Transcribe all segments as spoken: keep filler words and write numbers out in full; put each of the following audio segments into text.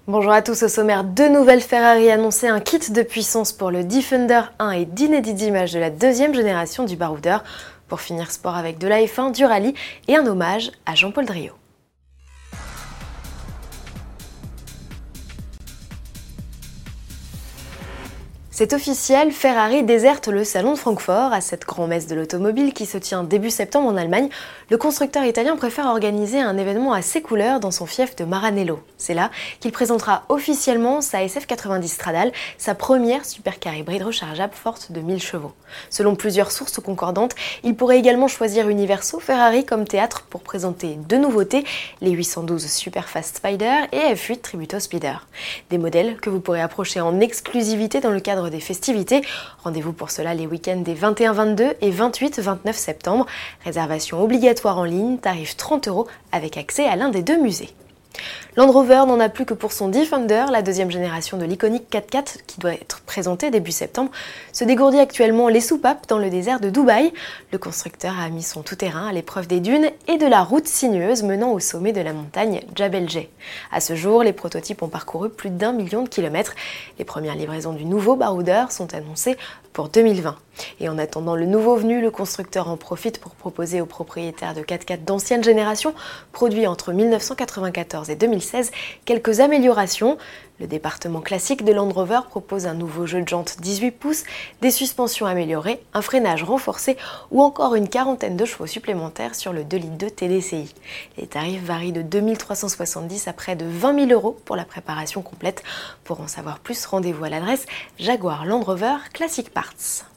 Bonjour à tous, au sommaire, deux nouvelles Ferrari annoncées, un kit de puissance pour le Defender un et d'inédites images de la deuxième génération du baroudeur. Pour finir sport avec de la F un, du rallye et un hommage à Jean-Paul Driot. C'est officiel, Ferrari déserte le salon de Francfort. À cette grand-messe de l'automobile qui se tient début septembre en Allemagne, le constructeur italien préfère organiser un événement à ses couleurs dans son fief de Maranello. C'est là qu'il présentera officiellement sa S F quatre-vingt-dix Stradale, sa première supercar hybride rechargeable forte de mille chevaux. Selon plusieurs sources concordantes, il pourrait également choisir Universo Ferrari comme théâtre pour présenter deux nouveautés, les huit cent douze Superfast Spider et F huit Tributo Speeder. Des modèles que vous pourrez approcher en exclusivité dans le cadre des festivités. Rendez-vous pour cela les week-ends des vingt et un vingt-deux et vingt-huit vingt-neuf septembre. Réservation obligatoire en ligne, tarif trente euros avec accès à l'un des deux musées. Land Rover n'en a plus que pour son Defender, la deuxième génération de l'iconique quatre-quatre qui doit être présentée début septembre, se dégourdit actuellement les soupapes dans le désert de Dubaï. Le constructeur a mis son tout-terrain à l'épreuve des dunes et de la route sinueuse menant au sommet de la montagne Jabal Jay. À ce jour, les prototypes ont parcouru plus d'un million de kilomètres. Les premières livraisons du nouveau baroudeur sont annoncées pour deux mille vingt. Et en attendant le nouveau venu, le constructeur en profite pour proposer aux propriétaires de quatre-quatre d'ancienne génération, produits entre mille neuf cent quatre-vingt-quatorze et deux mille seize, quelques améliorations. Le département classique de Land Rover propose un nouveau jeu de jantes dix-huit pouces, des suspensions améliorées, un freinage renforcé ou encore une quarantaine de chevaux supplémentaires sur le deux litres deux T D C I. Les tarifs varient de deux mille trois cent soixante-dix à près de vingt mille euros pour la préparation complète. Pour en savoir plus, rendez-vous à l'adresse Jaguar Land Rover Classic Parts.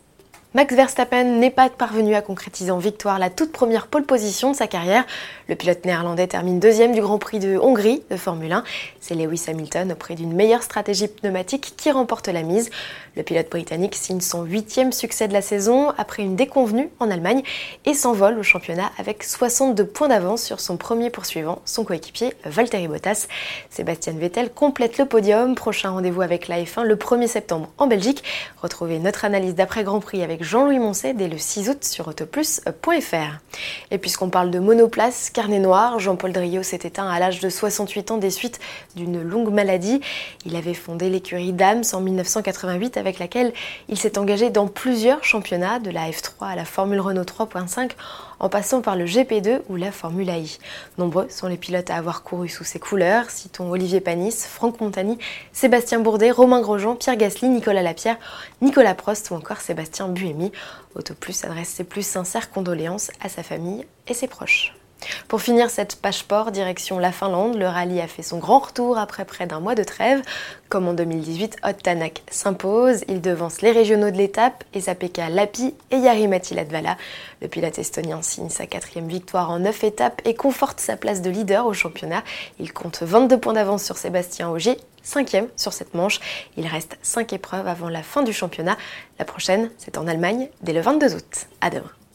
Max Verstappen n'est pas parvenu à concrétiser en victoire la toute première pole position de sa carrière. Le pilote néerlandais termine deuxième du Grand Prix de Hongrie de Formule un. C'est Lewis Hamilton, auprès d'une meilleure stratégie pneumatique, qui remporte la mise. Le pilote britannique signe son huitième succès de la saison après une déconvenue en Allemagne et s'envole au championnat avec soixante-deux points d'avance sur son premier poursuivant, son coéquipier Valtteri Bottas. Sébastien Vettel complète le podium. Prochain rendez-vous avec la F un le premier septembre en Belgique. Retrouvez notre analyse d'après Grand Prix avec Jean-Louis Moncet dès le six août sur autoplus point f r. Et puisqu'on parle de monoplace, carnet noir, Jean-Paul Driot s'est éteint à l'âge de soixante-huit ans des suites d'une longue maladie. Il avait fondé l'écurie Dams en mille neuf cent quatre-vingt-huit avec laquelle il s'est engagé dans plusieurs championnats, de la F trois à la Formule Renault trois point cinq, en passant par le G P deux ou la Formule A I. Nombreux sont les pilotes à avoir couru sous ses couleurs, citons Olivier Panis, Franck Montagny, Sébastien Bourdet, Romain Grosjean, Pierre Gasly, Nicolas Lapierre, Nicolas Prost ou encore Sébastien Buemi. Autoplus adresse ses plus sincères condoléances à sa famille et ses proches. Pour finir cette page sport, direction la Finlande, le rallye a fait son grand retour après près d'un mois de trêve. Comme en deux mille dix-huit, Ott Tanak s'impose, il devance les régionaux de l'étape, Esa-Pekka Lappi et Jari-Matti Latvala. Le pilote estonien signe sa quatrième victoire en neuf étapes et conforte sa place de leader au championnat. Il compte vingt-deux points d'avance sur Sébastien Ogier, cinquième sur cette manche. Il reste cinq épreuves avant la fin du championnat. La prochaine, c'est en Allemagne dès le vingt-deux août. À demain.